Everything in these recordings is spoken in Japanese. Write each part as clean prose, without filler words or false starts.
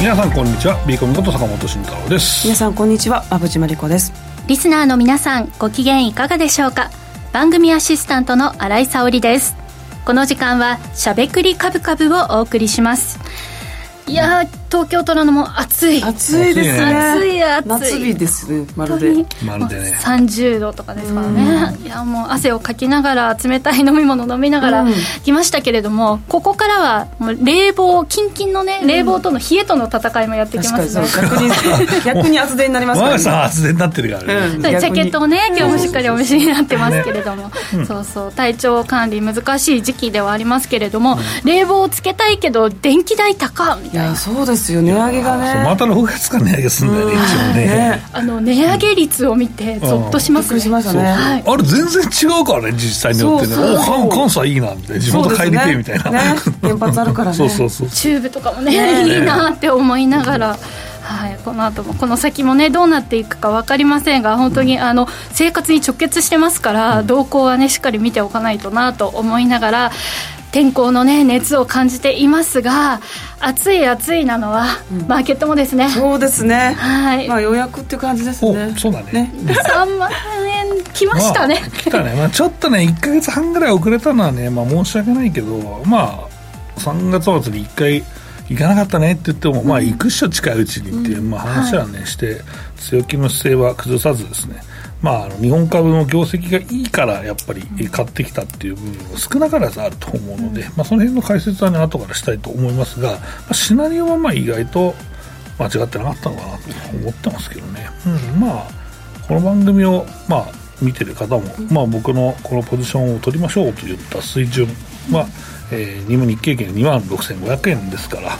皆さんこんにちは。ビーコムこと坂本慎太郎です。 皆さんこんにちは。馬淵真理子です。 リスナーの皆さんご機嫌いかがでしょうか。番組アシスタントの新井沙織です。この時間はしゃべくりカブカブをお送りします。いやー、東京虎ノ門暑いですね。 暑い夏日ですね。まるでね 30度とかですからね。いや、もう汗をかきながら冷たい飲み物飲みながら来ましたけれども、ここからはもう冷房、キンキンのね、冷房との冷えとの戦いもやってきますね。 逆に厚手になりますからね。 さん厚手になってるからね、 ジャケットをね今日もしっかりお召しになってますけれども、そうそう、体調管理難しい時期ではありますけれども、冷房をつけたいけど電気代高みたいな。 いや、そうですよ、値上げがね。 また6月から値上げするんだよね、一応ね。 値上げ率を見てゾッとしますね。 しましたね。 はい、 あれ全然違うからね、実際によってね。関西いいなって、地元帰りてみたいな、 原発あるからね。 そうチューブとかもね、いいなって思いながら、はい、この後もこの先もねどうなっていくか分かりませんが、本当に生活に直結してますから、動向はねしっかり見ておかないとなと思いながら、天候のね熱を感じていますが、暑いなのは、マーケットもですね。 そうですね、 はい、 まあ、予約っていう感じですね。 そうだね。 3万円来ましたね。 来たね。ちょっとね1ヶ月半ぐらい遅れたのはね、申し訳ないけど、3月末に1回行かなかったねって言っても、行くっしょ近いうちにっていう、話はね、して強気の姿勢は崩さずですね、日本株の業績がいいからやっぱり買ってきたっていう部分も少なからずあると思うので、その辺の解説はね後からしたいと思いますが、シナリオは意外と間違ってなかったのかなと思ってますけどね。この番組を見てる方も、僕のこのポジションを取りましょうといった水準は、日経平均26,500円ですから、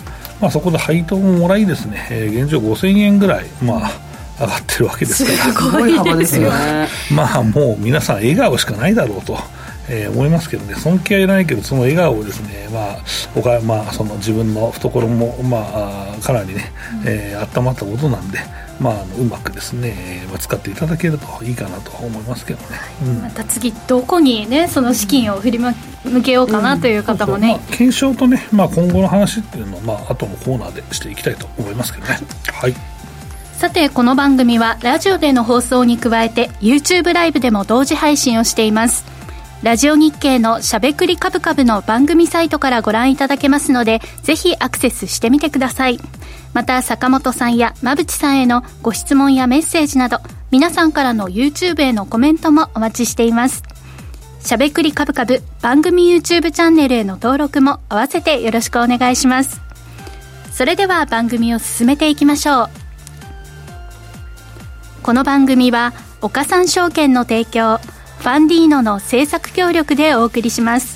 そこで配当ももらいですね、現状5000円ぐらい上がってるわけですから、 すごい幅ですよね。 もう皆さん笑顔しかないだろうと、思いますけどね。尊敬はいらないけど、その笑顔をですね、その自分の懐もかなりね、温まったことなんで、うまくですね、使っていただけるといいかなと思いますけどね。 また次どこにねその資金を振り向けようかなという方もね、 検証とね、今後の話っていうのを後のコーナーでしていきたいと思いますけどね。はい。 さて、この番組はラジオでの放送に加えて YouTube ライブでも同時配信をしています。ラジオ日経のしゃべくりカブカブの番組サイトからご覧いただけますので、ぜひアクセスしてみてください。また坂本さんや馬淵さんへのご質問やメッセージなど、皆さんからの YouTube へのコメントもお待ちしています。しゃべくりカブカブ番組 YouTube チャンネルへの登録も合わせてよろしくお願いします。それでは番組を進めていきましょう。この番組は岡三証券の提供、ファンディーノの制作協力でお送りします。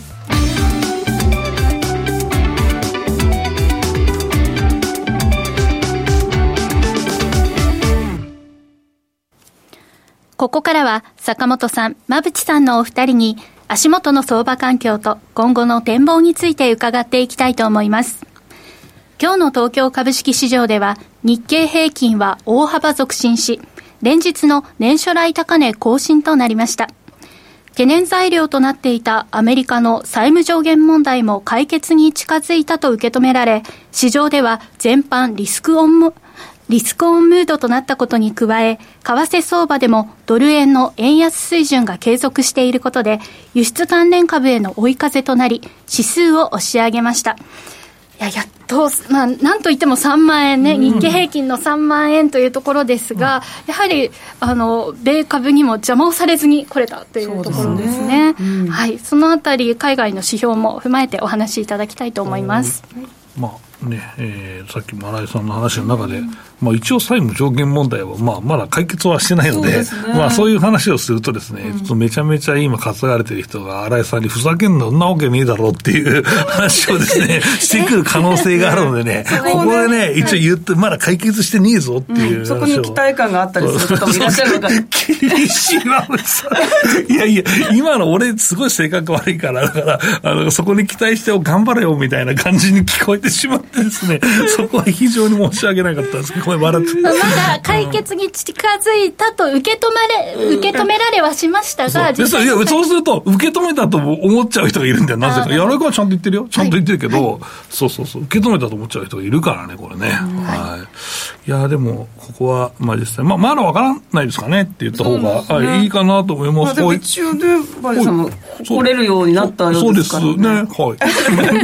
ここからは坂本さん、馬淵さんのお二人に足元の相場環境と今後の展望について伺っていきたいと思います。今日の東京株式市場では日経平均は大幅続伸し、連日の年初来高値更新となりました。懸念材料となっていたアメリカの債務上限問題も解決に近づいたと受け止められ、市場では全般リスクオンムードとなったことに加え、為替相場でもドル円の円安水準が継続していることで、輸出関連株への追い風となり、指数を押し上げました。やっと、なんといっても3万円ね、日経平均の3万円というところですが、やはり米株にも邪魔をされずに来れたというところですね。はい、そのあたり海外の指標も踏まえてお話しいただきたいと思います。 さっきも新井さんの話の中で、一応債務上限問題は、まだ解決はしてないので、そういう話をするとですね、めちゃめちゃ今担がれてる人が新井さんにふざけんのそんなわけねえだろうっていう話をですねしてくる可能性があるのでね、ここでね一応言ってまだ解決してねえぞっていう、 そこに期待感があったりする方もいらっしゃるのか厳しいわいや今の俺すごい性格悪いから、だからそこに期待して頑張れよみたいな感じに聞こえてしまってですね、そこは非常に申し訳なかったんですけど、これ笑ってまだ解決に近づいたと受け止められはしましたが、 そうすると受け止めたと思っちゃう人がいるんだよ。なぜかやられはちゃんと言ってるよ、ちゃんと言ってるけど、そう受け止めたと思っちゃう人がいるからね、これね。はい、いやでもここは実際まだわからないですかねって言った方が、いいかなと思います。 でも一応ね、バイさんも来れるようになったようですからね。 そうですね、はい。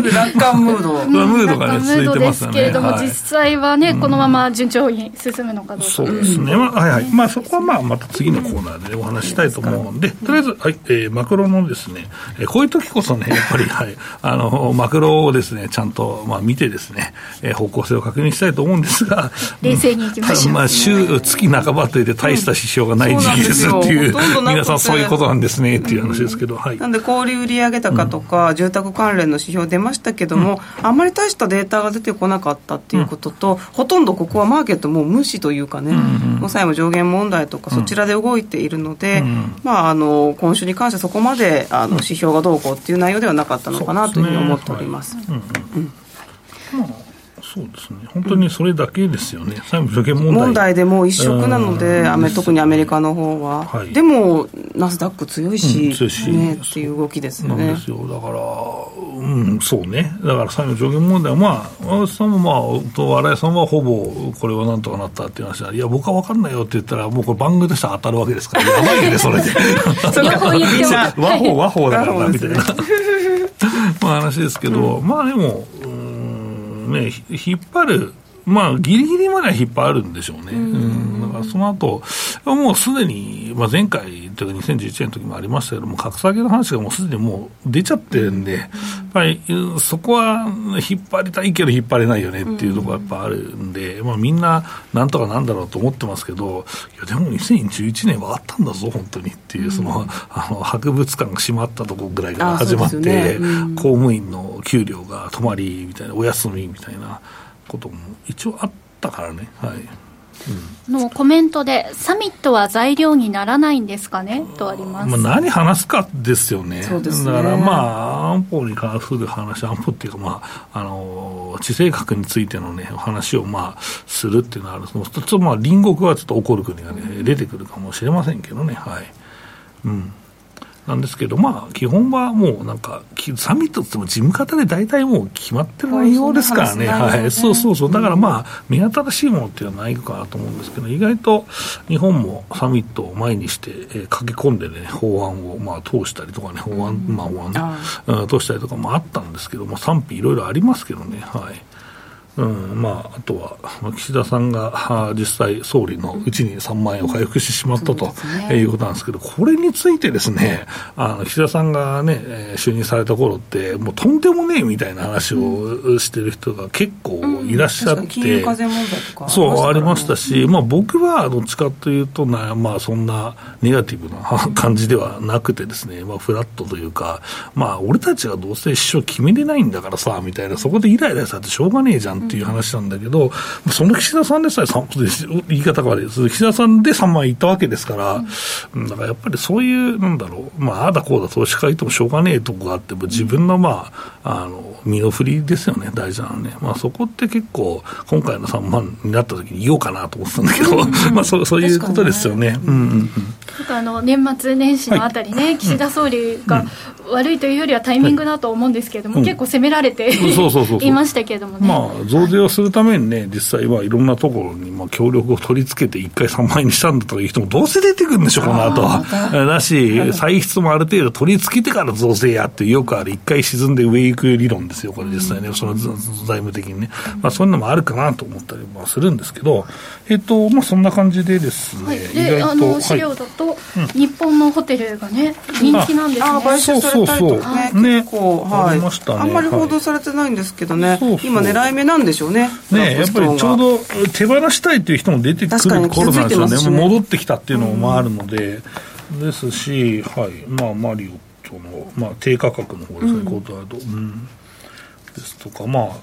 楽観ムードがね続いてますよね。 けれども、実際はね、このまま順調に進むのかどうか。 そうですね。そこはまた次のコーナーで、お話したいと思うので、とりあえずマクロのですね、こういう時こそね、やっぱりマクロをですねちゃんと見てですね、方向性を確認したいと思うんですが、 冷静にいきましょう。 月半ばといって大した指標がない時期ですっていう、皆さんそういうことなんですねっていう話ですけど、 なんで小売売上高とか住宅関連の指標出ましたけども、あんまり大したデータが出てこなかったっていうことと、ほとんどここはマーケットもう無視というかね、もう債務上限問題とかそちらで動いているので、今週に関してそこまで指標がどうこうっていう内容ではなかったのかなというふうに思っております。 そうですね、本当にそれだけですよね。債務上限問題でもう一色なので、特にアメリカの方は、でもナスダック強いし、っていう動きですよね。 なんですよ。だからそうね、だから債務上限問題は私さんも新井さんはほぼこれはなんとかなったっていう話は、いや僕は分かんないよって言ったら、もうこれ番組としては当たるわけですから、やばいよねそれで和法だからなみたいな話ですけど、でも引っ張る、ギリギリまでは引っ張るんでしょうね。だからその後もうすでに、前回というか2011年の時もありましたけども、格下げの話がもうすでにもう出ちゃってるんで、やっぱりそこは引っ張りたいけど引っ張れないよねっていうところがやっぱあるんで、みんななんとかなんだろうと思ってますけど、いやでも2011年はあったんだぞ本当にっていう、博物館が閉まったところぐらいから始まって、公務員の給料が止まりみたいな、お休みみたいなことも一応あったからね。 のコメントで、サミットは材料にならないんですかねとあります。 何話すかですよね。 そうですね。 だから安保に関する話、安保っていうか地政学についてのね話をするっていうのはある。そうすると隣国はちょっと怒る国がね出てくるかもしれませんけどね。なんですけど、基本はもうなんかサミットって言っても事務方で大体もう決まってる内容ですからね。そうだから目新しいものっていうのはないかなと思うんですけど、意外と日本もサミットを前にして、駆け込んでね法案を通したりとかね、法案通したりとかもあったんですけど、賛否いろいろありますけどね。あとは岸田さんが実際総理のうちに3万円を回復してしまったということなんですけど、これについてですね、岸田さんがね就任された頃ってもうとんでもねえみたいな話をしてる人が結構いらっしゃって、 金融課税問題とかありましたし、僕はどっちかというとそんなネガティブな感じではなくてですね、フラットというか、俺たちがどうせ一生決めれないんだからさみたいな、そこでイライラされてしょうがねえじゃんっていう話なんだけど、その岸田さんでさえ言い方が悪いです。岸田さんで3万円いったわけですから、だからやっぱりそういうああだこうだ投資家いてもしょうがねえとこがあって、自分の身の振りですよね、大事なのね。そこって結構今回の3万になった時に言おうかなと思ってたんだけど、そういうことですよね。 年末年始のあたりね、岸田総理が悪いというよりはタイミングだと思うんですけども、結構責められていましたけれどもね。 増税をするためにね、実際はいろんなところに協力を取り付けて1回3万円にしたんだという人もどうせ出てくるんでしょ、この後は。だし、歳出もある程度取り付けてから増税やってよくある、1回沈んで上行く理論ですよ、これ実際ね、その財務的にね。そういうのもあるかなと思ったりもするんですけど、そんな感じでですね、 で資料だと、日本のホテルがね、人気なんですね。 買収されたりとかね、結構、ありましたね。あんまり報道されてないんですけどね、今狙い目なんでしょうね。 やっぱりちょうど手放したいという人も出てくる頃なんですよね。戻ってきたっていうのもあるので、ですし、マリオットの、低価格の方ですね、コートワード、ですとか、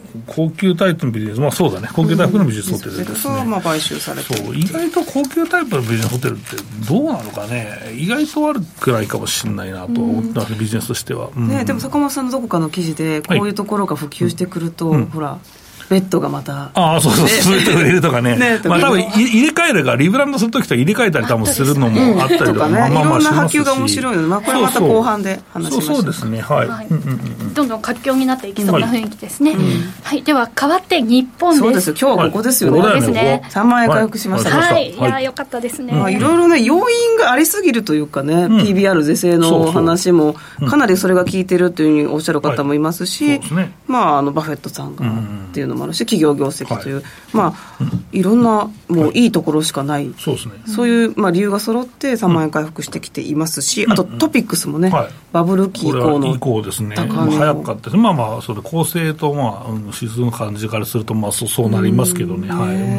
高級タイプのビジネス、そうだね、高級タイプのビジネスホテルですね、 買収されてそう、意外と高級タイプのビジネスホテルってどうなのかね、意外と悪くないかもしれないなと思ったビジネスとしては、 でも坂本さんのどこかの記事でこういうところが普及してくると、ほらベッドがまたそうそういうとこ入れるとかね多分入れ替えるからリブランドするときと入れ替えたり多分するのもあったりとかいろんな波及が面白いので、これまた後半で話しましょう。 そうですね、はい、 どんどん活況になっていきそうな雰囲気ですね、では変わって日本です。 そうですよ、今日はここですよね、 ですね、 3万円回復しましたね。 いや良かったですね。 いろいろね要因がありすぎるというかね、PBR 是正の話もかなりそれが効いてるというふうにおっしゃる方もいますし、バフェットさんがっていうのもあるし、企業業績という、いろんなもういいところしかない、そういう、理由が揃って3万円回復してきていますし、あとトピックスもね、バブル期以降の高値ですね、早かったです。それ構成と指数の感じからするとそうなりますけどね、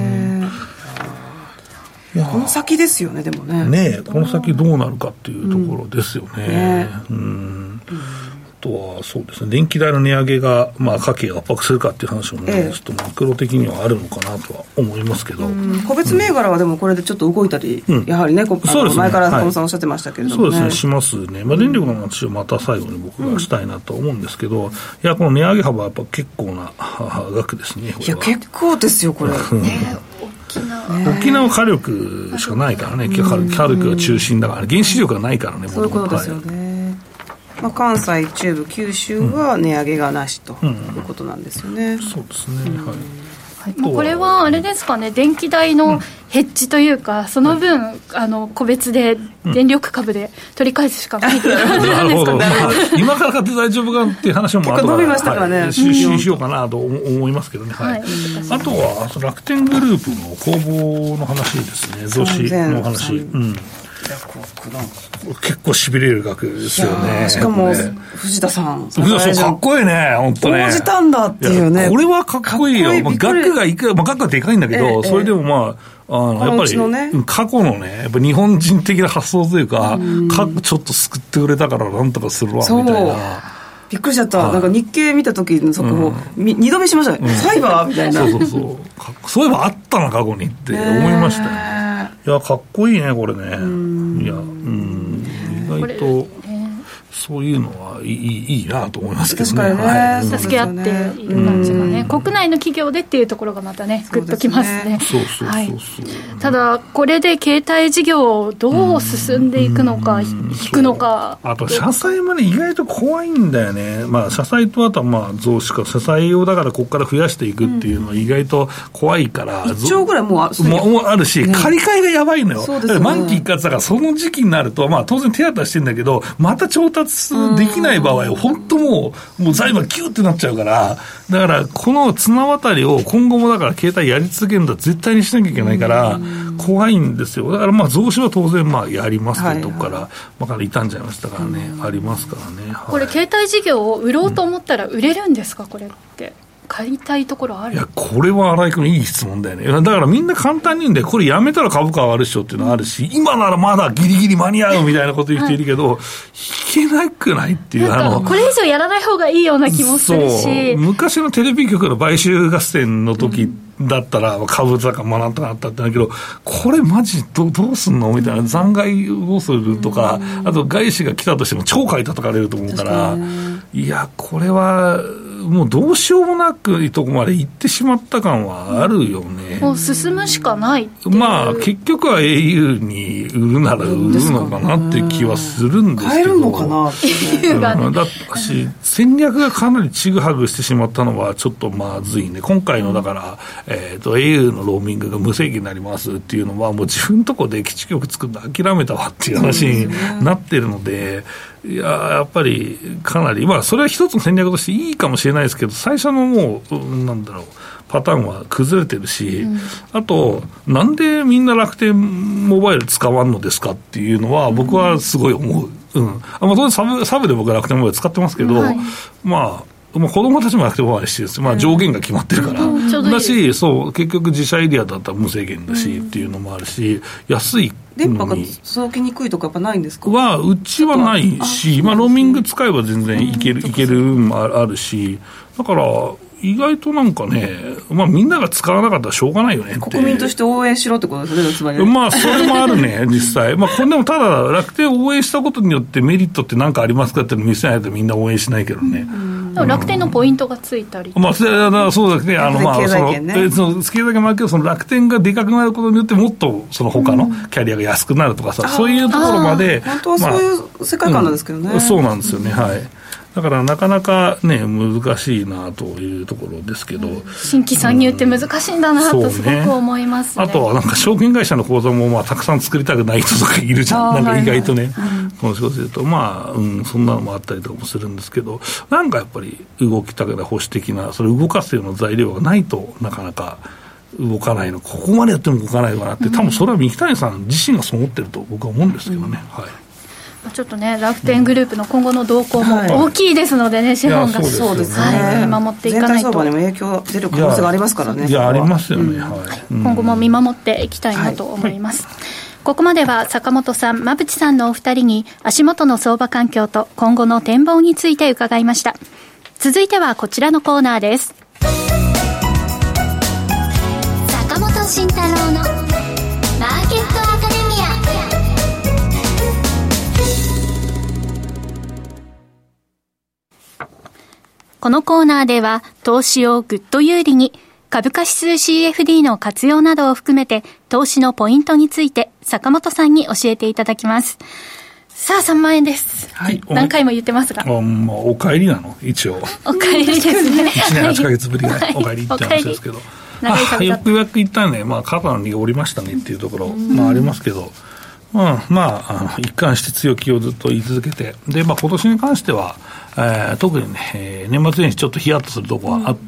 この先ですよね、でもねこの先どうなるかっていうところですよね。あとはそうですね、電気代の値上げが、家計を圧迫するかっていう話もね、ちょっとマクロ的にはあるのかなとは思いますけど、 個別銘柄はでもこれでちょっと動いたり、やはりね、前から坂本さんおっしゃってましたけれどもね、 そうですね、しますね。電力の話をまた最後に僕がしたいなと思うんですけど、いやこの値上げ幅はやっぱ結構な額ですね。 いや結構ですよこれ。 沖縄火力しかないからね、火力が中心だから、原子力がないからね。 そういうことですよね。関西、中部、九州は値上げがなしということなんですよね。 そうですね、 これはあれですかね、電気代のヘッジというか、その分、個別で電力株で取り返すしかないっていう感じなんですかね。 今から買って大丈夫かっていう話も結構伸びましたからね、 収集しようかなと思いますけどね。あとは楽天グループの公募の話ですね、増資の話。結構しびれる額ですよね。 しかも藤田さんかっこいいね、本当ね。 応じたんだっていうね。 これはかっこいいよ。額がいくら、額はでかいんだけど、それでもやっぱり過去のね、やっぱ日本人的な発想というか、ちょっと救ってくれたからなんとかするわみたいな。 びっくりしちゃった。なんか日経見た時の速報、二度見しましたね。サイバーみたいな。 そういえばあったな過去にって思いましたよ。いやかっこいいねこれね。いや意外とそういうのはいいなと思いますけどね。 助け合っている感じがね、国内の企業でっていうところがまたねグッときますね。ただこれで携帯事業をどう進んでいくのか引くのか、 あと社債もね意外と怖いんだよね。社債とあとは増資か社債をだからここから増やしていくっていうのは意外と怖いから、 1兆ぐらいもうあるし、借り換えがやばいのよ。満期一括だからその時期になると当然手当てしてるんだけど、また調達できない場合本当もう財務がキューってなっちゃうから、だからこの綱渡りを今後もだから携帯やり続けるんだ絶対にしなきゃいけないから怖いんですよ。だから増資は当然やりますってとこから傷んじゃいましたからね、ありますからね。 これ携帯事業を売ろうと思ったら売れるんですか、これって買いたいところある？ いやこれは新井君いい質問だよね。だからみんな簡単に言うんで、これやめたら株価上がるっしょっていうのはあるし、今ならまだギリギリ間に合うみたいなこと言っているけど、引けなくないっていう、 これ以上やらない方がいいような気もするし、 昔のテレビ局の買収合戦の時、だったら株高なんとかなったってだけど、これマジどうすんのみたいな、残骸をするとか、あと外資が来たとしても超買い叩かれると思うから、いやこれはもうどうしようもなくいいとこまで行ってしまった感はあるよね。 もう進むしかないっていう。 結局は au に売るなら売るのかなって気はするんですけど、 買えるのかなっていう、 だし戦略がかなりちぐはぐしてしまったのはちょっとまずいね。今回のだから、au のローミングが無制限になりますっていうのはもう自分のとこで基地局作って諦めたわっていう話になってるので、やっぱりかなりそれは一つの戦略としていいかもしれないですけど、最初のもうパターンは崩れてるし、あとなんでみんな楽天モバイル使わんのですかっていうのは僕はすごい思う。当然サブで僕は楽天モバイル使ってますけど、子供たちも楽天モバイルしてるんですよ。上限が決まってるから、だし結局自社エリアだったら無制限だし、っていうのもあるし、安い電波が届きにくいとかやっぱないんですか？ うちはないし、ローミング使えば全然いけるもあるし、だから意外となんかね、みんなが使わなかったらしょうがないよねって。 国民として応援しろってことですね、つまり。 それもあるね、実際。これでもただ、楽天を応援したことによってメリットって何かありますかって見せないとみんな応援しないけどね。 でも楽天のポイントがついたり。 そうですね。 経済圏ね。 経済圏もあるけど、その楽天がでかくなることによって、もっとその他のキャリアが安くなるとかさ、そういうところまで。 本当はそういう世界観なんですけどね。 そうなんですよね、はい。だからなかなかね、難しいなというところですけど、 新規参入って難しいんだなとすごく思いますね。 あとはなんか証券会社の口座もたくさん作りたくない人とかいるじゃん。なんか意外とね、この仕事で言うとそんなのもあったりとかもするんですけど、なんかやっぱり動きたくない保守的な、それ動かすような材料がないとなかなか動かないの、ここまでやっても動かないのかなって、多分それは三木谷さん自身がそう思ってると僕は思うんですけどね。はい。 ちょっとね、楽天グループの今後の動向も大きいですのでね、資本がそうですね、 見守っていかないと。 全体相場にも影響出る可能性がありますからね。 いやありますよね、はい。 今後も見守っていきたいなと思います。ここまでは坂本さん、馬淵さんのお二人に足元の相場環境と今後の展望について伺いました。続いてはこちらのコーナーです。坂本慎太郎のマーケットアカデミア。このコーナーでは投資をぐっと有利に、株価指数 CFD の活用などを含めて投資のポイントについて坂本さんに教えていただきます。さあ3万円です、はい、何回も言ってますが、 お帰りなの一応お帰りですね 1年8ヶ月ぶりがお帰りって話ですけど、よくよく言ったね、肩の荷が下りましたねっていうところ、ありますけど、一貫して強気をずっと言い続けて、で、今年に関しては、特にね、年末年始ちょっとヒヤッとするところがあって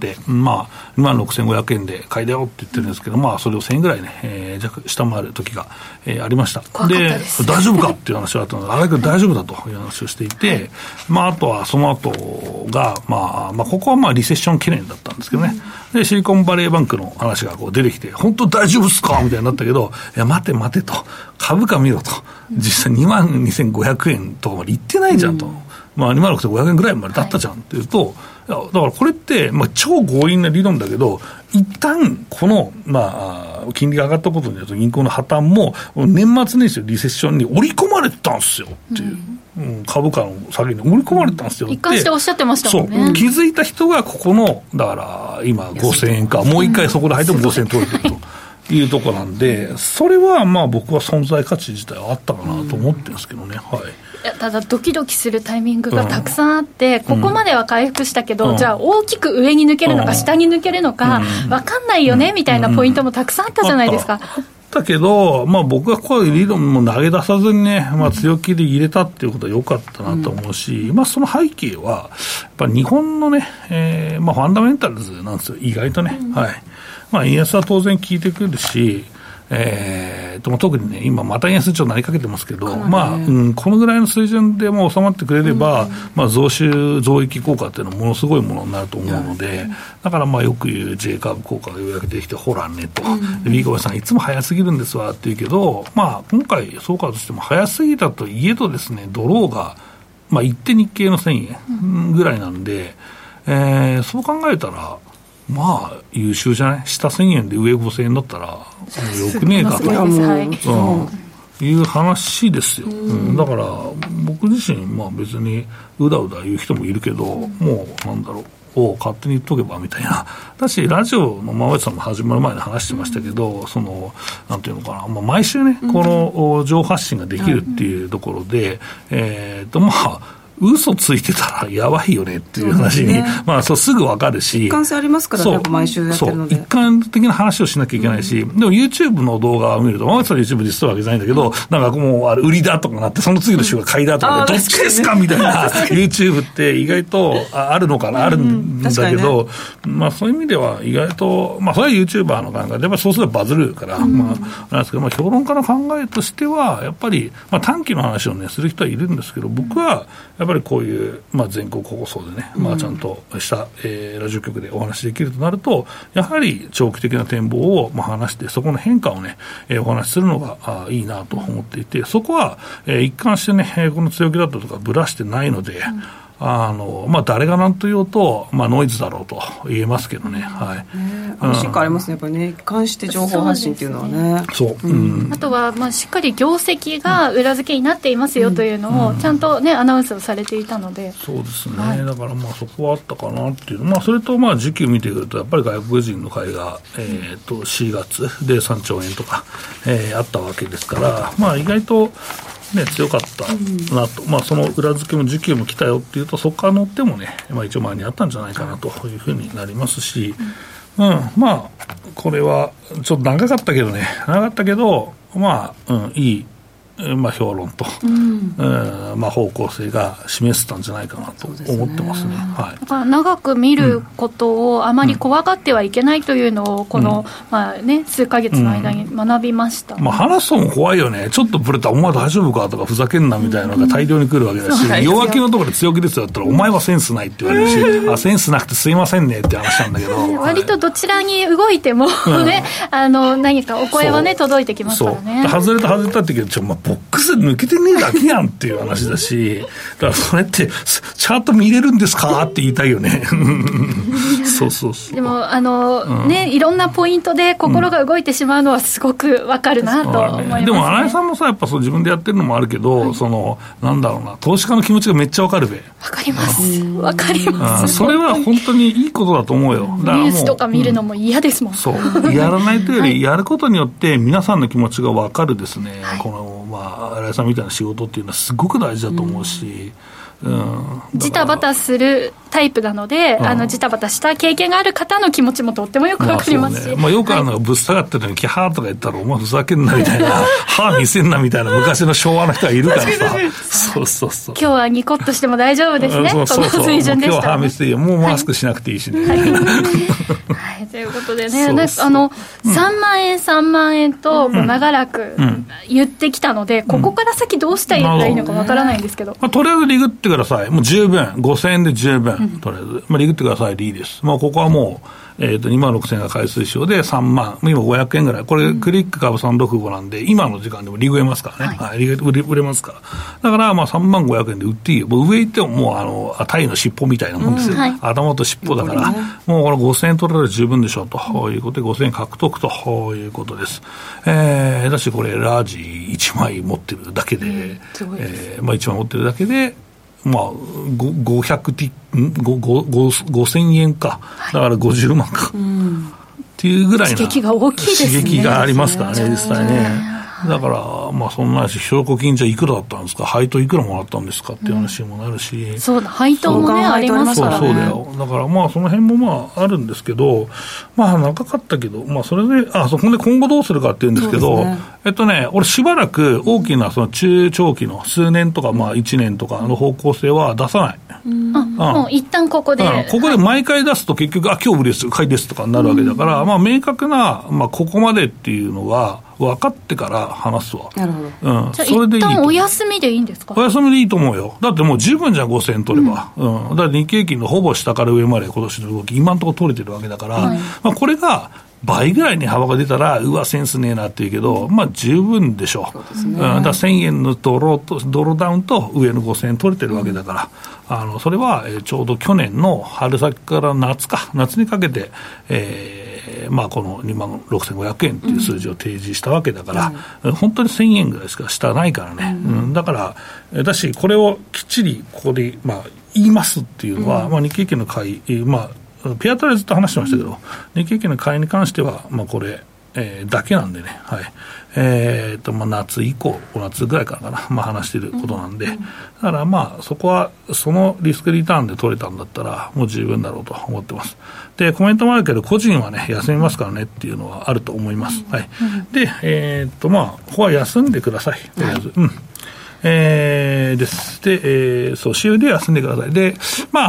、26,500 円で買いだよって言ってるんですけど、それを1000円ぐらいね、弱下回る時が、ありました。で、大丈夫かっていう話があったので、あれが大丈夫だという話をしていて、あとはその後が、ここはリセッション懸念だったんですけどね。で、シリコンバレーバンクの話が出てきて、本当大丈夫っすかみたいになったけど、いや、待てと、株価見ろと、実際 22,500 円とかまでいってないじゃんと。26,500 円ぐらいまでだったじゃんっていうと、だからこれって、超強引な理論だけど、一旦この、金利が上がったことによって銀行の破綻も年末年始のリセッションに織り込まれてたんですよっていう、株価の下げに織り込まれてたんですよって、 一貫しておっしゃってましたもんね。 そう気づいた人がここのだから今5,000円か、もう一回そこで入っても5,000円取れてるというところなんで、それは僕は存在価値自体はあったかなと思ってるんですけどね。はい。 いや、ただドキドキするタイミングがたくさんあって、ここまでは回復したけど、じゃあ大きく上に抜けるのか、下に抜けるのか、分かんないよねみたいなポイントもたくさんあったじゃないですか。 だけど、僕はこういう理論も投げ出さずにね、強気で入れたっていうことは良かったなと思うし、その背景は、やっぱり日本のね、ファンダメンタルズなんですよ、意外とね。はい。円安は当然効いてくるし、特にね、今また円安ちょっとなりかけてますけど、このぐらいの水準でも収まってくれれば、増益効果っていうのはものすごいものになると思うので、だからよく言う J カーブ効果がようやくできて、ほらねと、ビーコバさんいつも早すぎるんですわって言うけど、今回総括としても早すぎたといえどですね、ドローが、一手日経の1000円ぐらいなんで、そう考えたら、優秀じゃない、下1000円で上5000円だったらよくねえかという話ですよ。だから僕自身別にうだうだ言う人もいるけど、もう勝手に言っとけばみたいな。だしラジオの馬淵さんも始まる前に話してましたけど、なんていうのかな、毎週ね、この情報発信ができるっていうところで、嘘ついてたらやばいよねっていう話に、すぐ分かるし、 一貫性ありますからね、毎週やってるので、 一貫的な話をしなきゃいけないし、でも YouTube の動画を見ると、馬淵さんの YouTube で知ったわけじゃないんだけど、なんかもうあれ売りだとかなって、その次の週が買いだとかで、どっちですかみたいな YouTube って意外とあるのかな、あるんだけど、そういう意味では意外と、それは YouTuber の考えで、やっぱりそうすればバズるから、なんですけど、評論家の考えとしては、やっぱり、短期の話をね、する人はいるんですけど、僕は、やっぱりこういう、全国放送でね、ちゃんとした、ラジオ局でお話できるとなると、やはり長期的な展望を話して、そこの変化をね、お話しするのがいいなと思っていて、そこは、一貫してね、この強気だったとかぶらしてないので、 誰が何と言おうと、ノイズだろうと言えますけどね、はい。 安心感ありますね、やっぱりね、一貫して情報発信っていうのはね。 あとは、しっかり業績が裏付けになっていますよというのをちゃんとね、アナウンスをされていたので。 そうですね、はい、だからそこはあったかなっていう、それと時給見てくるとやっぱり外国人の買いが、4月で3兆円とか、あったわけですから、意外と強かったなと、その裏付けも需給も来たよっていうと、そこから乗ってもね、一応前にあったんじゃないかなというふうになりますし、これはちょっと長かったけどね、いい、評論と、方向性が示せたんじゃないかなと思ってますね。はい、 だから長く見ることをあまり怖がってはいけないというのをこの、数ヶ月の間に学びました、 話すのも怖いよね。ちょっとブレたらお前大丈夫かとかふざけんなみたいなのが大量に来るわけだし、弱気のところで強気ですよって言ったらお前はセンスないって言われるし、センスなくてすいませんねって話なんだけど割とどちらに動いてもね、何かお声はね届いてきますからね。 外れたって言うけどボックス抜けてねえだけやんっていう話だし、だからそれってチャート見れるんですかって言いたいよね。そうでもいろんなポイントで心が動いてしまうのはすごくわかるなと思いますね。 でも新井さんもさ、やっぱ自分でやってるのもあるけど、なんだろうな、投資家の気持ちがめっちゃわかるべ。 わかります。 それは本当にいいことだと思うよ。 ニュースとか見るのも嫌ですもん。 そうやらないというよりやることによって皆さんの気持ちがわかるですね、この新井さんみたいな仕事っていうのはすごく大事だと思うし、 ジタバタするタイプなので、ジタバタした経験がある方の気持ちもとってもよくわかりますし、 よくあるのがぶっ下がってるのにキャーとか言ったらお前ふざけんなみたいな歯見せんなみたいな昔の昭和の人がいるからさ今日はニコッとしても大丈夫ですね、この水準でしたら、ね、 今日は歯見せていいよ、もうマスクしなくていいしね、 ということでね、3万円と長らく言ってきたので、ここから先どうしたらいいのかわからないんですけど、 とりあえずリグってください。もう十分5000円で十分、とりあえず、リグってくださいでいいです。ここはもう、2万6000円が買い推奨で3万、今500円ぐらい、これクリック株365なんで今の時間でもリグえますからね、売れますから、だから3万500円で売っていいよ。もう上行ってももうタイの尻尾みたいなもんですよ、頭と尻尾だから、もうこれ5000円取られる十分でしょうということで5000円獲得ということです。だしこれラージ1枚持ってるだけで、1枚持ってるだけで5000円か、だから50万か、っていうぐらいな刺激が大きいですね。 刺激がありますからね、実際ね。だからそんな話、証拠金じゃいくらだったんですか、配当いくらもらったんですかっていう話にもなるし、 そうだ、配当もねありますからね。 そうだよ。だからその辺もあるんですけど、長かったけど、それでそこで今後どうするかっていうんですけど、俺しばらく大きな中長期の数年とか1年とかの方向性は出さない。 もう一旦ここで、 ここで毎回出すと結局今日売りです買いですとかになるわけだから、明確なここまでっていうのが分かってから話すわ。 なるほど。 じゃあ一旦お休みでいいんですか？ お休みでいいと思うよ。だってもう十分じゃん、5000円取れば。だって日経平均のほぼ下から上まで今年の動き今のところ取れてるわけだから、これが倍ぐらいに幅が出たらセンスねえなっていうけど、十分でしょう。だから1000円のドロダウンと上の5000円取れてるわけだから、それはちょうど去年の春先から夏にかけて、この2万6500円っていう数字を提示したわけだから、本当に1000円ぐらいしか下ないからね、だからだしこれをきっちりここで、言いますっていうのは、日経平均の買い、ペアトレずっと話してましたけど、日経平均の買いに関しては、これ、だけなんでね、夏以降、夏ぐらいからかな、話していることなんで、だからそこは、そのリスクリターンで取れたんだったら、もう十分だろうと思ってます。で、コメントもあるけど、個人はね、休みますからねっていうのはあると思います。で、ここは休んでください、とりあえず。です。で、CFD は休んでください。で、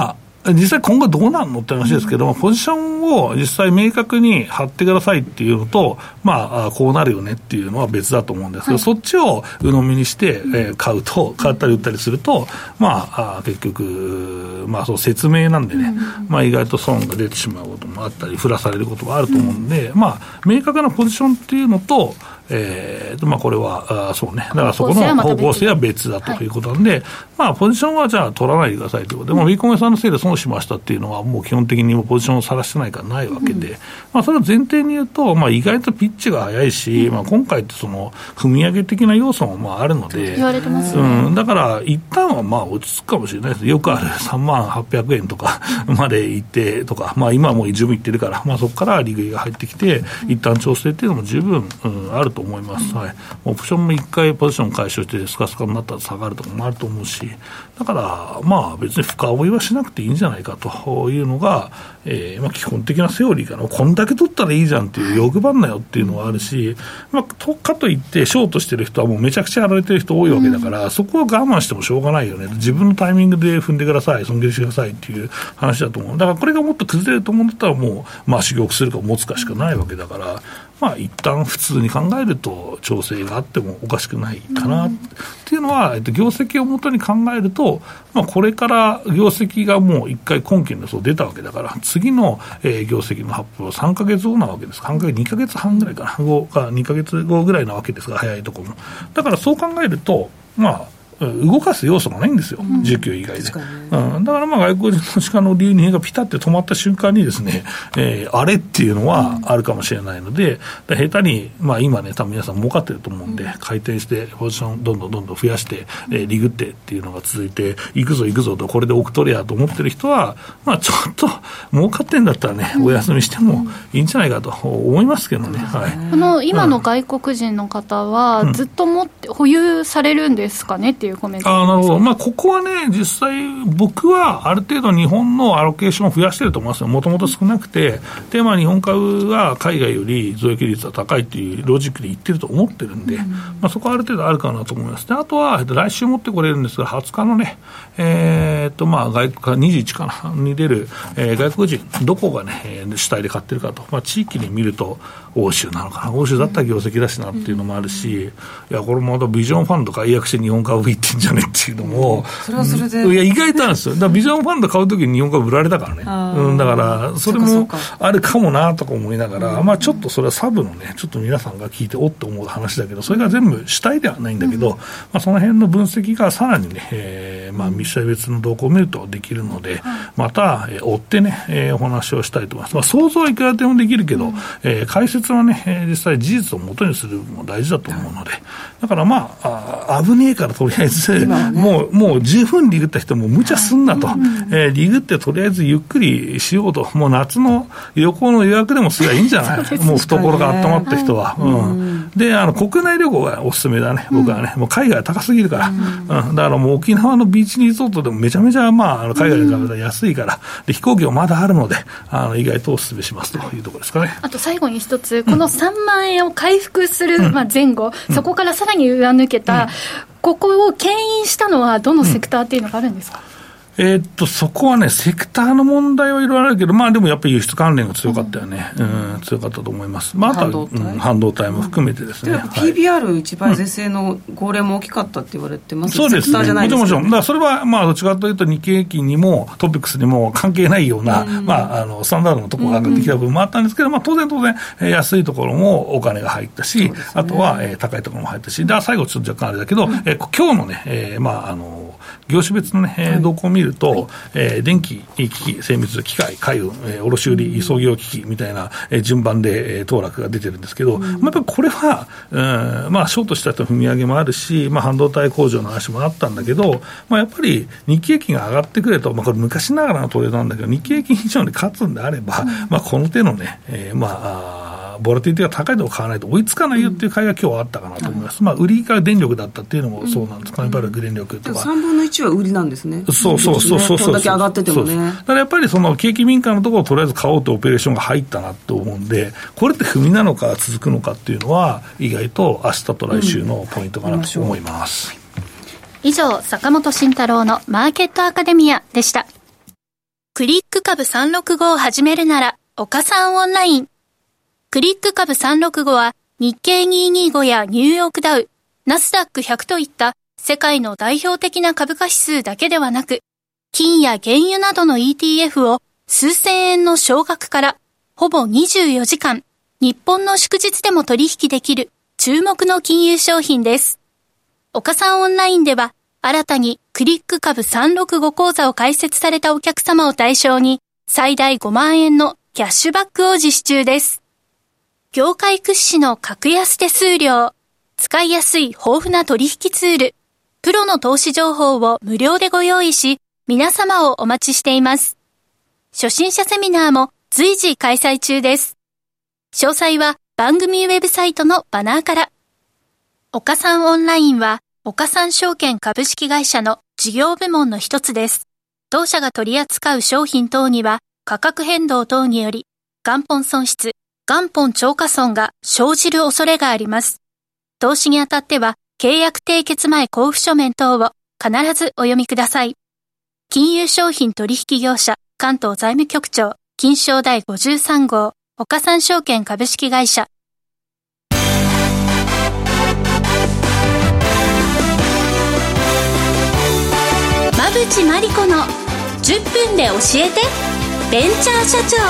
実際今後どうなるのって話ですけども、ポジションを実際明確に張ってくださいっていうのと、こうなるよねっていうのは別だと思うんですけど、そっちを鵜呑みにして、買ったり売ったりすると、結局、そう説明なんでね、意外と損が出てしまうこともあったり、振らされることがあると思うんで、明確なポジションっていうのと、これはそうね、だからそこの方向性は別だということなんで、ポジションはじゃあ取らないでくださいということで、ビーコメさんのせいで損しましたっていうのはもう基本的にポジションを晒してないからないわけで、それは前提に言うと、意外とピッチが速いし、今回ってその踏み上げ的な要素もあるので、 言われてますね。 だから一旦は落ち着くかもしれないです。よくある3800円とかまで行ってとか、今はもう十分行ってるから、そこから利食いが入ってきて、一旦調整っていうのも十分、あると思います。オプションも一回ポジション解消してスカスカになったら下がるとかもあると思うし、だから別に深追いはしなくていいんじゃないかというのが、基本的なセオリーかな。こんだけ取ったらいいじゃんっていう、欲張んなよっていうのはあるし、かといってショートしてる人はもうめちゃくちゃやられてる人多いわけだから、そこは我慢してもしょうがないよね。自分のタイミングで踏んでください、損切りしてくださいっていう話だと思う。だからこれがもっと崩れると思うんだったらもう修行するか持つかしかないわけだから、一旦普通に考えると調整があってもおかしくないかなっていうのは、業績をもとに考えると、これから業績がもう一回今期の予想出たわけだから、次の業績の発表は3ヶ月後なわけです。2ヶ月半ぐらいかな、2ヶ月後ぐらいなわけですが、早いところも。だからそう考えると、動かす要素がないんですよ、需給以外で。だから外国人投資家の流入がピタッと止まった瞬間にですね、あれっていうのはあるかもしれないので、下手に、今ね、多分皆さん儲かってると思うんで、回転してポジションどんどん増やして、リグってっていうのが続いて、行くぞと、これで億取りやと思ってる人は、ちょっと儲かってんだったらね、お休みしてもいいんじゃないかと思いますけどね。 この今の外国人の方は、ずっと保有されるんですかねっていうコメントなるほど。ここはね、実際僕はある程度日本のアロケーションを増やしてると思いますよ。もともと少なくて、で、日本株は海外より増益率は高いっていうロジックで言ってると思ってるんで、そこはある程度あるかなと思います。で、あとは来週持ってこれるんですが、20日のね、外国21かなに出る、外国人どこがね主体で買ってるかと、地域に見ると欧州なのかな、欧州だったら業績だしなっていうのもあるし、いやこれもまたビジョンファンド解約して日本株いってんじゃねっていうのも、 それはそれでいや意外とあるんですよ。だからビジョンファンド買うときに日本株売られたからね、だからそれもあるかもなとか思いながら、ちょっとそれはサブのね、ちょっと皆さんが聞いておって思う話だけど、それが全部主体ではないんだけど、その辺の分析がさらにね、密社別の動向を見るとできるので、また追ってね、お話をしたいと思います。想像はいくらでもできるけど、解説はね、実際事実を元にするのも大事だと思うので、だから危ねえからとりあえず、もう十分リグった人も無茶すんなと、リグってとりあえずゆっくりしようと、もう夏の旅行の予約でもすればいいんじゃないもう懐が温まった人は、で国内旅行がおすすめだね、僕はね。もう海外は高すぎるから、だからもう沖縄のビーチリゾートでもめちゃめちゃ、海外に比べたら安いから、で飛行機もまだあるので、意外とおすすめしますというところですかね。 あと最後に一つ、この3万円を回復する前後、そこからさらに上抜けた、ここを牽引したのはどのセクターっていうのがあるんですか？ そこはね、セクターの問題はいろいろあるけど、でもやっぱり輸出関連が強かったよね。強かったと思います。あとは、半導体も含めてですね。 PBR1 倍是正の号令も大きかったって言われてます。 そうですね。もちろんもちろん。だからそれはどっちかというと日経平均にもトピックスにも関係ないような、スタンダードのところが上がってきた部分もあったんですけど、当然安いところもお金が入ったし、あとは高いところも入ったし、最後ちょっと若干あれだけど、今日のね、業種別のね、動向を見ると、電気、機器、精密機械、海運、卸売、輸送業機器みたいな、順番で、騰落が出てるんですけど、やっぱりこれは、ショートした人の踏み上げもあるし、半導体工場の話もあったんだけど、やっぱり日経平均が上がってくれと、これ昔ながらのトレードなんだけど、日経平均以上に勝つんであれば、この手のね、ボラティリティが高いとこ買わないと追いつかないよっていう買いが今日あったかなと思います。売りが電力だったっていうのもそうなんですかね。やっぱり電力とか。 3分の1は売りなんですね。 そう。 こんだけ上がっててもね。 だからやっぱりその景気敏感のところをとりあえず買おうとオペレーションが入ったなと思うんで、これって踏みなのか続くのかっていうのは意外と明日と来週のポイントかなと思います。 以上、坂本慎太郎のマーケットアカデミアでした。 クリック株365を始めるなら、岡さんオンライン。クリック株365は日経225やニューヨークダウ、ナスダック100といった世界の代表的な株価指数だけではなく、金や原油などの ETF を数千円の少額からほぼ24時間、日本の祝日でも取引できる注目の金融商品です。岡さんオンラインでは新たにクリック株365講座を開設されたお客様を対象に最大5万円のキャッシュバックを実施中です。業界屈指の格安手数料、使いやすい豊富な取引ツール、プロの投資情報を無料でご用意し、皆様をお待ちしています。初心者セミナーも随時開催中です。詳細は番組ウェブサイトのバナーから。岡さんオンラインは、岡さん証券株式会社の事業部門の一つです。当社が取り扱う商品等には、価格変動等により、元本損失、元本超過損が生じる恐れがあります。投資にあたっては、契約締結前交付書面等を必ずお読みください。金融商品取引業者関東財務局長金商第53号岡三証券株式会社。馬淵真理子の10分で教えてベンチャー社長。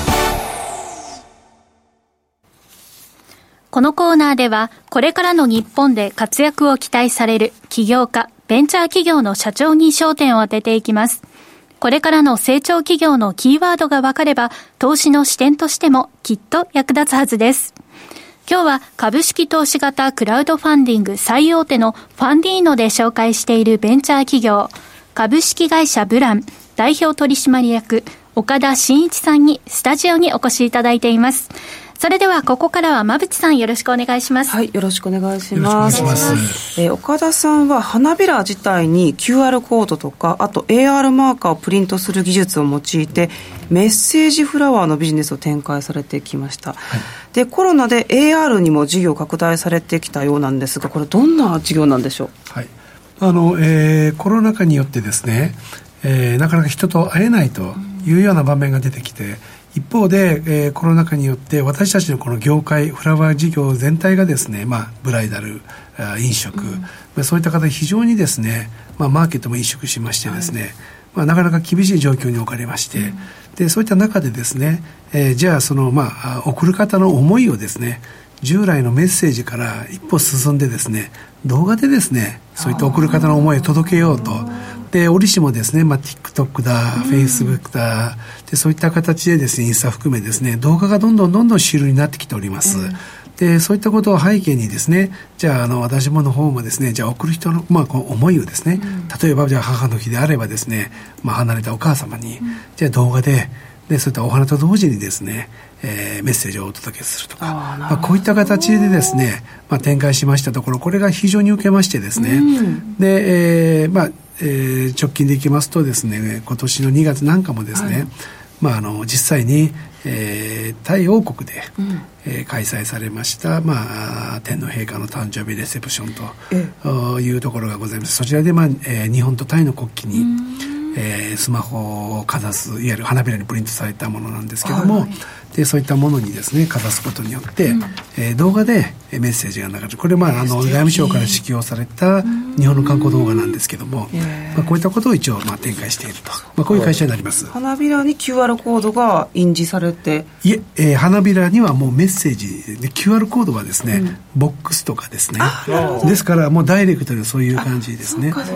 このコーナーではこれからの日本で活躍を期待される起業家、ベンチャー企業の社長に焦点を当てていきます。これからの成長企業のキーワードが分かれば、投資の視点としてもきっと役立つはずです。今日は株式投資型クラウドファンディング最大手のファンディーノで紹介しているベンチャー企業、株式会社ブラン代表取締役岡田真一さんにスタジオにお越しいただいています。それではここからは馬淵さんよろしくお願いします。 はい、よろしくお願いします。岡田さんは花びら自体に QR コードとかあと AR マーカーをプリントする技術を用いてメッセージフラワーのビジネスを展開されてきました、はい、でコロナで AR にも事業拡大されてきたようなんですが、これどんな事業なんでしょう。 はい、コロナ禍によってですね、なかなか人と会えないというような場面が出てきて、一方で、コロナ禍によって私たちのこの業界フラワー事業全体がですね、ブライダル、飲食、そういった方で非常にですね、マーケットも萎縮しましてですね、なかなか厳しい状況に置かれまして、でそういった中でですね、じゃあその送る方の思いをですね、従来のメッセージから一歩進んでですね、動画でですね、そういった送る方の思いを届けようと。で折しもですね、TikTok だ、Facebook だ、でそういった形でですね、インスタ含めですね、動画がどんどん主流になってきております。でそういったことを背景にですね、じゃあ私もの方もですね、じゃあ送る人のこう思いをですね、例えばじゃあ母の日であればですね、離れたお母様に、じゃあ動画でそういったお花と同時にですね、メッセージをお届けするとか、こういった形でですね、展開しましたところ、これが非常に受けましてですね、で、直近でいきますとですね、今年の2月なんかもですね、実際に、タイ王国で、開催されました、天皇陛下の誕生日レセプションというところがございます。そちらで、日本とタイの国旗にスマホをかざす、いわゆる花びらにプリントされたものなんですけども、でそういったものにですねかざすことによって、動画でメッセージが流れる。これ外務省から支給された日本の観光動画なんですけども、こういったことを一応展開していると、こういう会社になります。 花びらに QR コードが印字されて、 花びらにはもうメッセージで QR コードはですね、ボックスとかですね、ですからもうダイレクトでそういう感じですね。で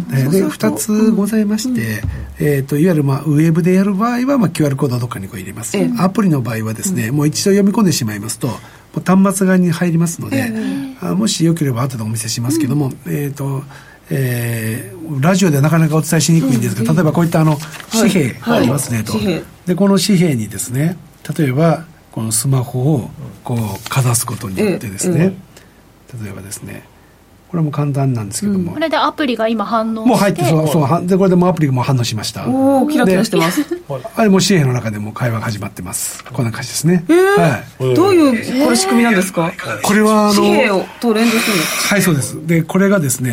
2つございまして、いわゆるウェブでやる場合はQR コードをどっかにこう入れます。アプリの場合はですね、もう一度読み込んでしまいますともう端末側に入りますので、もしよければ後でお見せしますけども、ラジオではなかなかお伝えしにくいんですが、例えばこういった紙幣がありますねと、でこの紙幣にですね、例えばこのスマホをこうかざすことによってですね、例えばですね、これも簡単なんですけども、 これでアプリが今反応してもう入ってそうでこれでもアプリがもう反応しました。 おー、キラキラしてます。 あれも紙幣の中でも会話が始まってます。こんな感じですね。 どういう仕組みなんですか。 これは紙幣と連動するんですか。 はい、そうです。でこれがですね、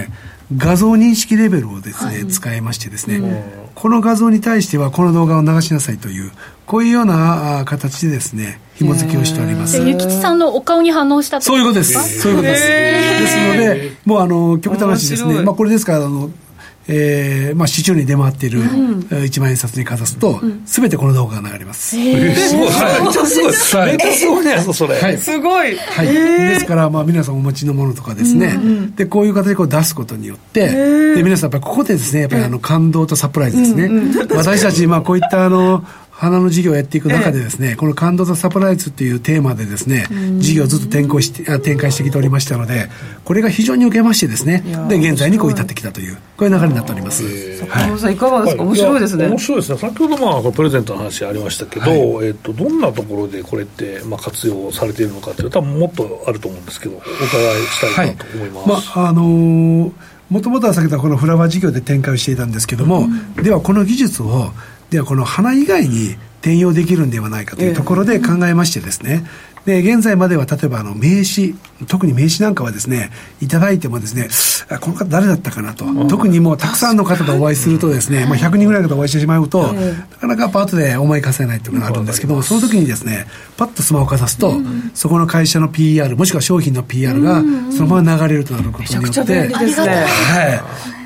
画像認識レベルをですね、使いましてですね、この画像に対してはこの動画を流しなさいという、こういうような形でですね、紐付けをしております。 ゆきちさんのお顔に反応したってことですか？ そういうことです。ですので、もう極端な話ですね、これですから市中に出回っている1万円札にかざすと、すべてこの動画が流れます。 すごい。めっちゃすごい。めっちゃすごいね、それ。 はい。 すごい。 はい。ですから、皆さんお持ちのものとかですね、で、こういう形で出すことによって、で、皆さんやっぱりここでですね、やっぱり感動とサプライズですね。私たち、こういった花の事業をやっていく中でですね、この感動とサプライズっていうテーマでですね、事業をずっと展開してきておりましたので、これが非常に受けましてですね、で、現在にこう至ってきたという、こういう流れになっております。 坂本さんいかがですか？面白いですね。 面白いですね。先ほどプレゼントの話ありましたけど、どんなところでこれって活用されているのかっていうと、多分もっとあると思うんですけど、お伺いしたいなと思います。 もともとは先ほどこのフラワー事業で展開をしていたんですけども、ではこの技術をではこの花以外に転用できるんではないかというところで考えましてですね、で現在までは例えば名刺、特に名刺なんかはですね、いただいてもですね、この方誰だったかなと、特にもうたくさんの方とお会いするとですね、100人ぐらいの方とお会いしてしまうと、なかなかパッとで思い返せないというのがあるんですけども、その時にですね、パッとスマホをかざすと、そこの会社の PR もしくは商品の PR がそのまま流れるとなることによって、 めちゃくちゃ便利ですね。 はい。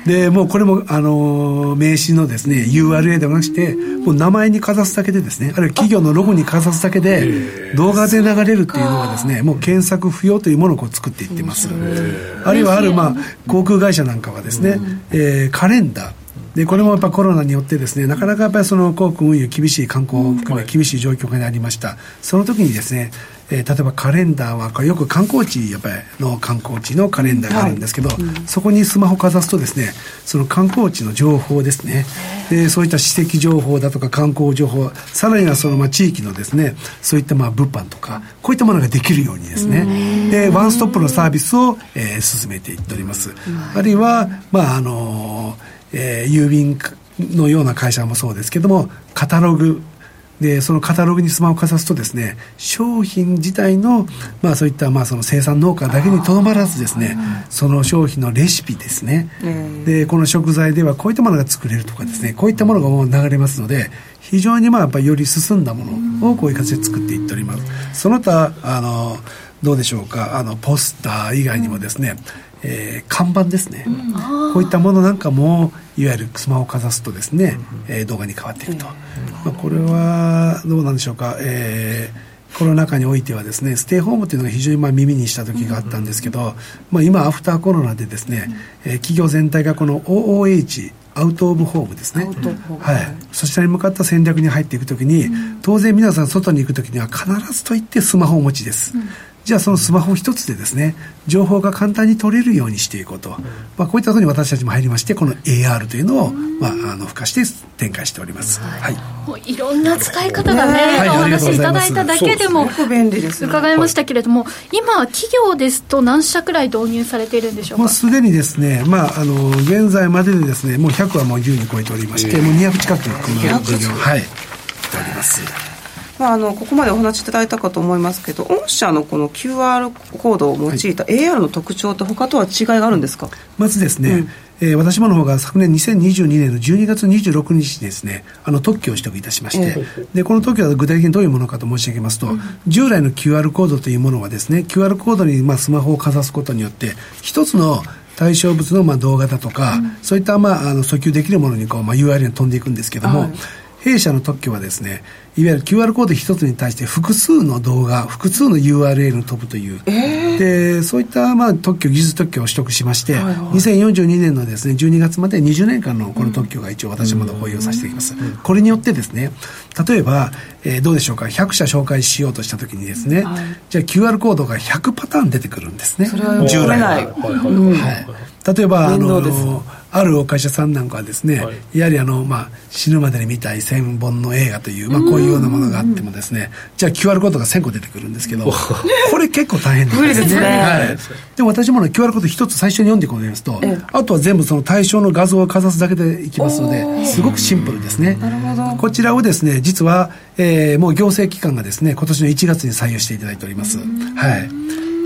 でもうこれも名刺のですね URL ではなくて、もう名前にかざすだけでですね、あるいは企業のロゴにかざすだけで動画で流れるっていうのはですね、もう検索不要というものを作っていってます。あるいは航空会社なんかはですね、カレンダーで、これもやっぱコロナによってですね、なかなかやっぱりその航空運輸厳しい、観光を含め厳しい状況下にありました。その時にですね、例えばカレンダーはよく観光地やっぱりの観光地のカレンダーがあるんですけど、そこにスマホをかざすとですね、その観光地の情報ですね、そういった史跡情報だとか観光情報、さらにはその地域のですね、そういった物販とかこういったものができるようにですね、でワンストップのサービスを、進めていっております。あるいは郵便のような会社もそうですけども、カタログで、そのカタログにスマホをかざすとですね、商品自体の、そういったその生産農家だけにとどまらずですね、その商品のレシピですね、でこの食材ではこういったものが作れるとかですね、こういったものがもう流れますので、非常にやっぱりより進んだものをこういう形で作っていっております。その他どうでしょうか、ポスター以外にもですね、看板ですね、こういったものなんかもいわゆるスマホをかざすとですね、動画に変わっていくと、これはどうなんでしょうか、コロナ禍においてはですね、ステイホームというのが非常に耳にした時があったんですけど、今アフターコロナでですね、企業全体がこの OOHアウトオブホームですね、はい、そちらに向かった戦略に入っていくときに、当然皆さん外に行くときには必ずといってスマホをお持ちです、じゃあそのスマホ一つでですね、情報が簡単に取れるようにしていこうと、こういったことに私たちも入りまして、この AR というのを、付加して展開しております、はい、 もういろんな使い方がね、お話しいただいただけでも伺いましたけれども、今企業ですと何社くらい導入されているんでしょうか。 すでにですね、現在まででですね、もう100はもう優に超えておりまして、もう200近くの事業はいしております。 ここまでお話しいただいたかと思いますけど、御社のこの QR コードを用いた AR の特徴って他とは違いがあるんですか。 まずですね、私もの方が昨年2022年の12月26日にですね、特許を取得いたしまして、でこの特許は具体的にどういうものかと申し上げますと、従来の QR コードというものはですね、 QR コードにスマホをかざすことによって一つの対象物の動画だとか、そういった訴求できるものにURL に飛んでいくんですけども、弊社の特許はですね、いわゆる QR コード一つに対して複数の動画、複数の URL に飛ぶという、でそういった技術特許を取得しまして、2042年のですね12月まで20年間のこの特許が一応私まだ保有させています、これによってですね、例えば、どうでしょうか、100社紹介しようとしたときにですね、じゃあ QR コードが100パターン出てくるんですね。 それは読めない、 例えばあるお会社さんなんかはですね、やはり死ぬまでに見たい1000本の映画という、こういうようなものがあってもですね、じゃあ QR コードが1000個出てくるんですけど、これ結構大変なんですね。でも私もQR コード一つ最初に読んでくれますと、あとは全部その対象の画像をかざすだけでいきますので、すごくシンプルですね。こちらをですね、実は、もう行政機関がですね、今年の1月に採用していただいております。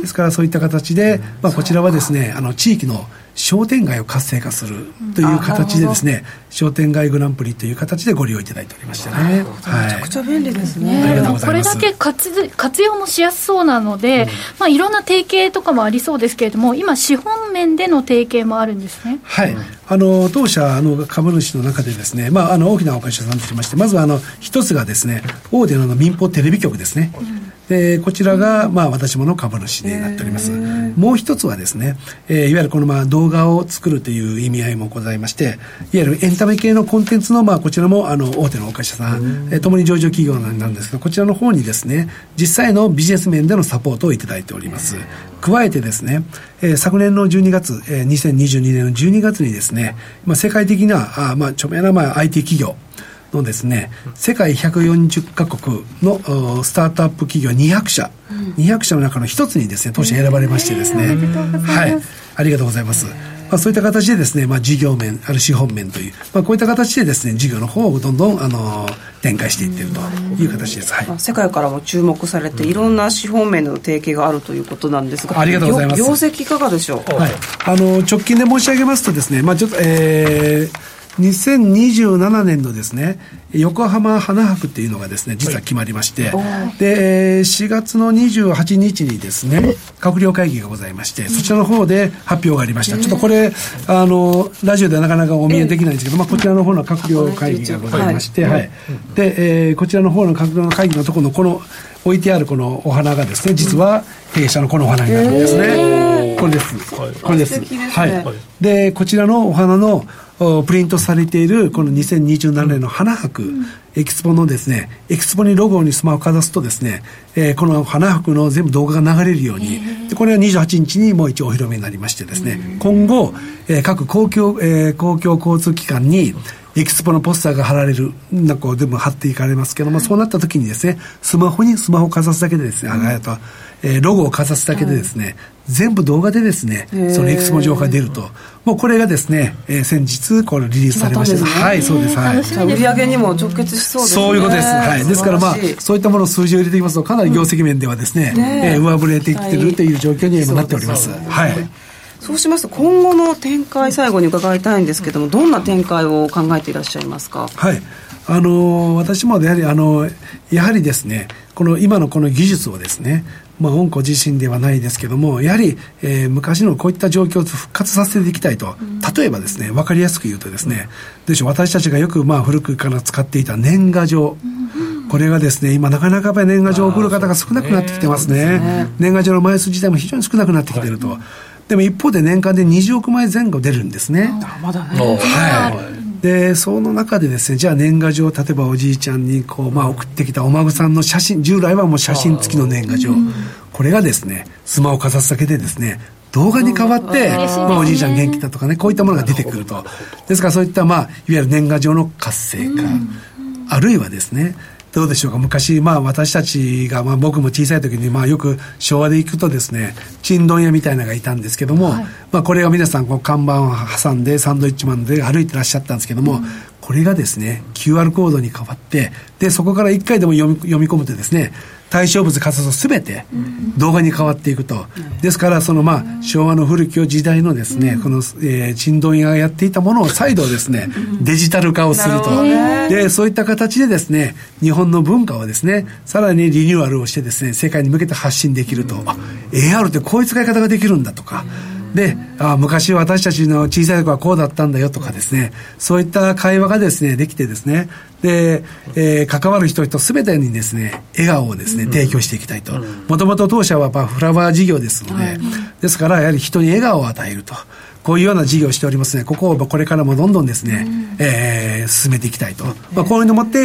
ですからそういった形で、こちらはですね地域の商店街を活性化するという形でですね、商店街グランプリという形でご利用いただいておりましてね、 めちゃくちゃ便利ですね。 ありがとうございます。 これだけ活用もしやすそうなので、いろんな提携とかもありそうですけれども、今資本面での提携もあるんですね。 はい、当社の株主の中でですね、大きなお会社さんとしまして、まずは一つがですね、大手の民放テレビ局ですね、でこちらが私もの株主になっております。もう一つはですね、いわゆるこの動画を作るという意味合いもございまして、いわゆるエンタメ系のコンテンツのこちらも大手のお会社さん、ともに上場企業なんですけど、こちらの方にですね、実際のビジネス面でのサポートをいただいております。加えてですね、昨年の12月、2022年の12月にですね、世界的な著名なIT 企業のですね、世界140カ国のスタートアップ企業200社の中の一つにですね、当社選ばれましてですね、はい、ありがとうございます。そういった形でですね、事業面ある資本面という、こういった形でですね、事業の方をどんどん展開していっているという形です。はい、 世界からも注目されて、いろんな資本面の提携があるということなんですが、 ありがとうございます。 業績いかがでしょう。 はい、直近で申し上げますとですね、ちょっと2027年のですね、横浜花博っていうのがですね、実は決まりまして、で、4月の28日にですね、閣僚会議がございまして、そちらの方で発表がありました。ちょっとこれ、ラジオではなかなかお見えできないんですけど、こちらの方の閣僚会議がございまして、はい。で、こちらの方の閣僚の会議のところのこの、置いてあるこのお花がですね、実は弊社のこのお花になるんですね。これです。これです。はい。で、こちらのお花のプリントされているこの2027年の花博、エキスポのですね、エキスポにロゴにスマホをかざすとですね、この花博の全部動画が流れるように、でこれは28日にもう一応お披露目になりましてですね、今後、各公共交通機関にエキスポのポスターが貼られる、なんか全部貼っていかれますけども、そうなった時にですね、スマホをかざすだけでですね、ロゴをかざすだけでですね、全部動画でですね、そのエキスポ情報が出ると、もうこれがですね、先日これリリースされました。はい、そうです。はい。 売上にも直結しそうですね。 そういうことです。はい。ですからそういったものを数字を入れていきますと、かなり業績面ではですね、上振れてきているという状況に今なっております。はい。 そうしますと今後の展開、最後に伺いたいんですけども、どんな展開を考えていらっしゃいますか。 はい、私もやはりですね、今のこの技術をですね、御子自身ではないですけども、やはり、昔のこういった状況を復活させていきたいと。例えばですね、分かりやすく言うとですね、私たちがよく古くから使っていた年賀状、これがですね、今なかなか年賀状を送る方が少なくなってきてますね。年賀状の枚数自体も非常に少なくなってきていると。でも一方で年間で20億枚前後出るんですね。 まだね。 はい。でその中でですね、じゃあ年賀状、例えばおじいちゃんに送ってきたお孫さんの写真、従来はもう写真付きの年賀状、これがですね、スマホをかざすだけでですね、動画に変わって、おじいちゃん元気だとかね、こういったものが出てくると。ですからそういったいわゆる年賀状の活性化、あるいはですね、どうでしょうか、昔、私たちが、僕も小さい時に、よく昭和で行くとですね、ちんどん屋みたいなのがいたんですけども、これが皆さん看板を挟んでサンドイッチマンで歩いてらっしゃったんですけども、これがですね QR コードに変わって、でそこから1回でも読み込むとですね、対象物活動すべて動画に変わっていくと。ですから昭和の古き時代のですね、このちんどん屋がやっていたものを再度ですね、デジタル化をすると。でそういった形でですね、日本の文化をですね、さらにリニューアルをしてですね、世界に向けて発信できると。AR ってこういう使い方ができるんだとか。で、昔私たちの小さい頃はこうだったんだよとかですね、そういった会話がですね、できてですね、で、関わる人々すべてにですね、笑顔をですね、提供していきたいと。もともと当社はフラワー事業ですので、ですからやはり人に笑顔を与えると。こういうような事業をしておりますね。ここをこれからもどんどんですね、進めていきたいと。こういうのをもって、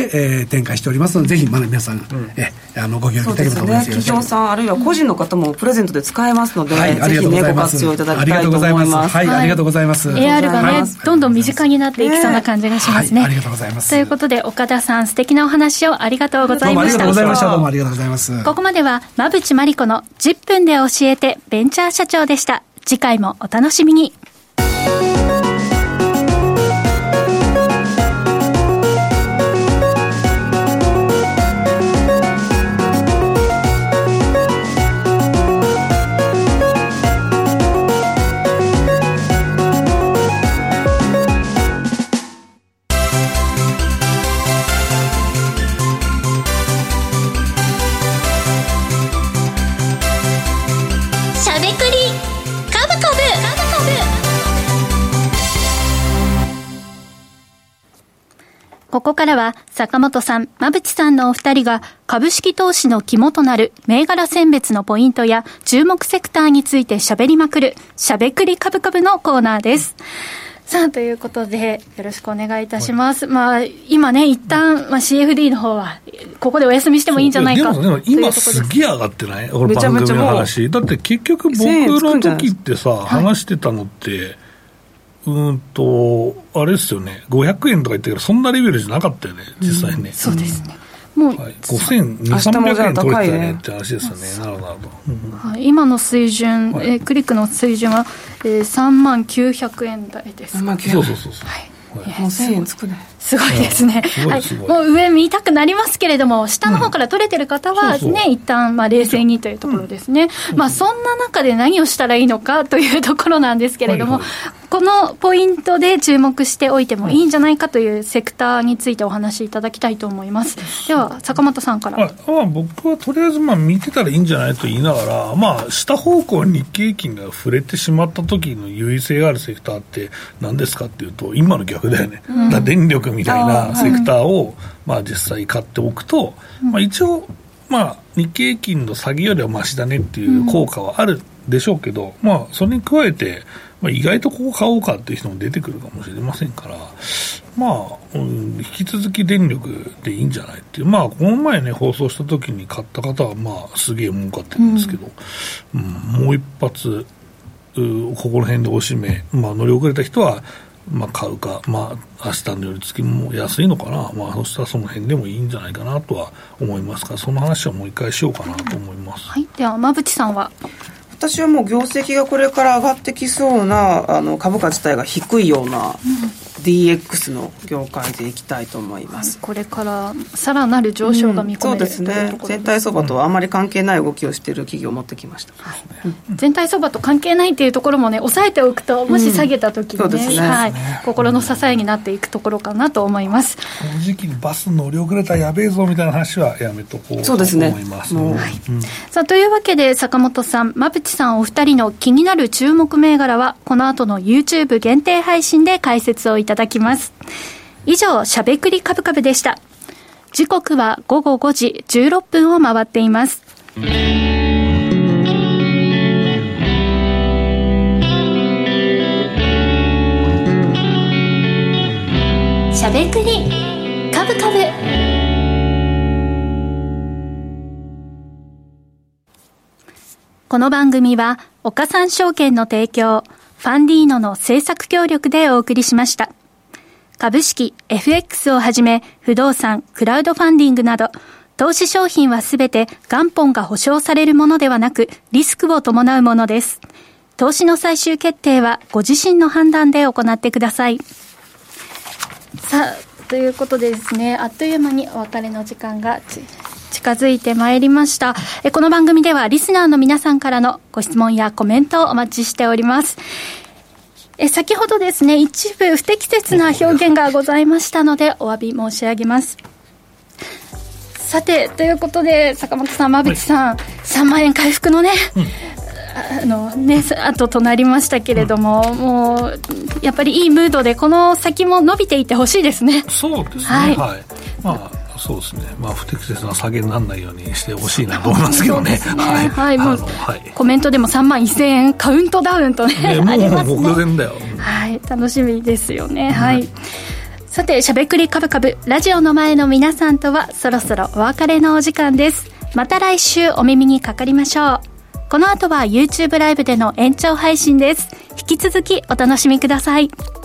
展開しておりますので、ぜひ皆さん、ご協力いただければと思います。 企業さんあるいは個人の方もプレゼントで使えますので、ぜひねご活用いただきたいと思います。 はい、ありがとうございます。 AR がね、どんどん身近になっていきそうな感じがしますね。 ありがとうございます。 ということで岡田さん、素敵なお話をありがとうございました。 どうもありがとうございました。どうもありがとうございます。 ここまでは馬淵真理子の10分で教えてベンチャー社長でした。次回もお楽しみに。 べくりカブカブ。ここからは坂本さん、馬淵さんのお二人が株式投資の肝となる銘柄選別のポイントや注目セクターについて喋りまくるしゃべくりカブカブのコーナーです。さあ、ということでよろしくお願いいたします。今ね、一旦、CFD の方はここでお休みしてもいいんじゃないか。 でも今すげえ上がってない？これ番組の話だって結局僕の時ってさ、話してたのってあれですよね、500円とか言ったけどそんなレベルじゃなかったよね、実際ね。 そうですね。もう、 5200、300円取れてたねって話ですよね。なるほど。 今の水準、クリックの水準は、3900円台です。 そう。 もう1000円つくね。 すごいですね。もう上見たくなりますけれども、下の方から取れてる方はね、一旦冷静にというところですね。そんな中で何をしたらいいのかというところなんですけれども、このポイントで注目しておいてもいいんじゃないかというセクターについてお話しいただきたいと思います。では坂本さんから。 僕はとりあえず見てたらいいんじゃないと言いながら、下方向に日経平均が触れてしまった時の優位性があるセクターって何ですかっていうと、今の逆だよね。電力みたいなセクターを実際買っておくと、一応日経平均の下げよりはマシだねっていう効果はあるでしょうけど、それに加えて意外とここ買おうかっていう人も出てくるかもしれませんから、引き続き電力でいいんじゃないっていう、この前ね放送した時に買った方はすげえ儲かってるんですけど、もう一発ここら辺でおしめ、乗り遅れた人は買うか、明日の寄り付きも安いのかな、そしたらその辺でもいいんじゃないかなとは思いますから、その話はもう一回しようかなと思います。 では馬淵さんは。 私はもう業績がこれから上がってきそうな株価自体が低いような、DX の業界でいきたいと思います。 これからさらなる上昇が見込める、 そうですね。全体相場とはあまり関係ない動きをしている企業を持ってきました。 全体相場と関係ないっていうところもね、抑えておくと、もし下げた時にね、心の支えになっていくところかなと思います。 この時期にバス乗り遅れたらやべえぞみたいな話はやめとこうと思います。 さあ、というわけで坂本さん、馬淵さんお二人の気になる注目銘柄はこの後の YouTube 限定配信で解説をいただきます。以上、しゃべくりカブカブでした。時刻は午後5時16分を回っています。しゃべくりカブカブ。この番組は岡三証券の提供、ファンディーノの制作協力でお送りしました。株式、FX をはじめ不動産、クラウドファンディングなど投資商品はすべて元本が保証されるものではなくリスクを伴うものです。投資の最終決定はご自身の判断で行ってください。さあ、ということでですね、あっという間にお別れの時間が近づいてまいりました。この番組ではリスナーの皆さんからのご質問やコメントをお待ちしております。先ほどですね、一部不適切な表現がございましたのでお詫び申し上げます。さて、ということで坂本さん、馬淵さん、3万円回復のね、後となりましたけれども、もうやっぱりいいムードでこの先も伸びていってほしいですね。 そうですね、そうですね、不適切な下げにならないようにしてほしいなと思いますけどね。コメントでも3万1000円カウントダウンとね、ありますね。もう目前だよ。 楽しみですよね。さて、しゃべくりカブカブ、ラジオの前の皆さんとはそろそろお別れのお時間です。また来週お耳にかかりましょう。この後は YouTube ライブでの延長配信です。引き続きお楽しみください。